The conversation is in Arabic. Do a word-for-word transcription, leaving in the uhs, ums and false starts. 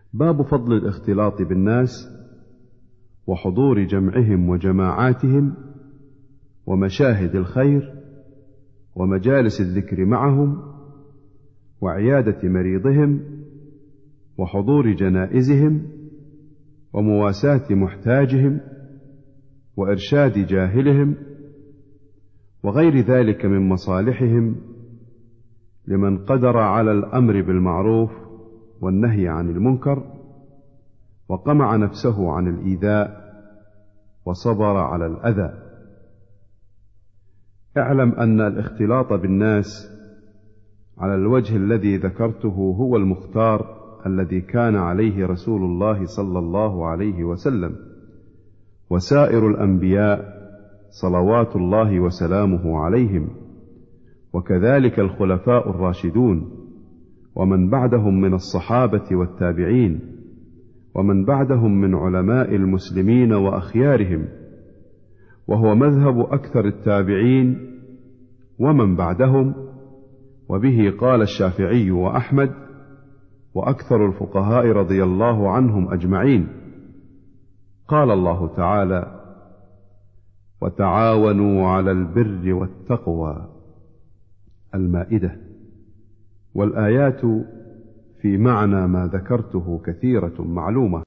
باب فضل الاختلاط بالناس وحضور جمعهم وجماعاتهم ومشاهد الخير ومجالس الذكر معهم وعيادة مريضهم وحضور جنائزهم ومواساة محتاجهم وإرشاد جاهلهم وغير ذلك من مصالحهم لمن قدر على الأمر بالمعروف والنهي عن المنكر وقمع نفسه عن الإيذاء وصبر على الأذى. اعلم أن الاختلاط بالناس على الوجه الذي ذكرته هو المختار الذي كان عليه رسول الله صلى الله عليه وسلم وسائر الأنبياء صلوات الله وسلامه عليهم، وكذلك الخلفاء الراشدون ومن بعدهم من الصحابة والتابعين ومن بعدهم من علماء المسلمين وأخيارهم، وهو مذهب أكثر التابعين ومن بعدهم، وبه قال الشافعي وأحمد وأكثر الفقهاء رضي الله عنهم أجمعين. قال الله تعالى: وتعاونوا على البر والتقوى، المائدة. والآيات في معنى ما ذكرته كثيرة معلومة.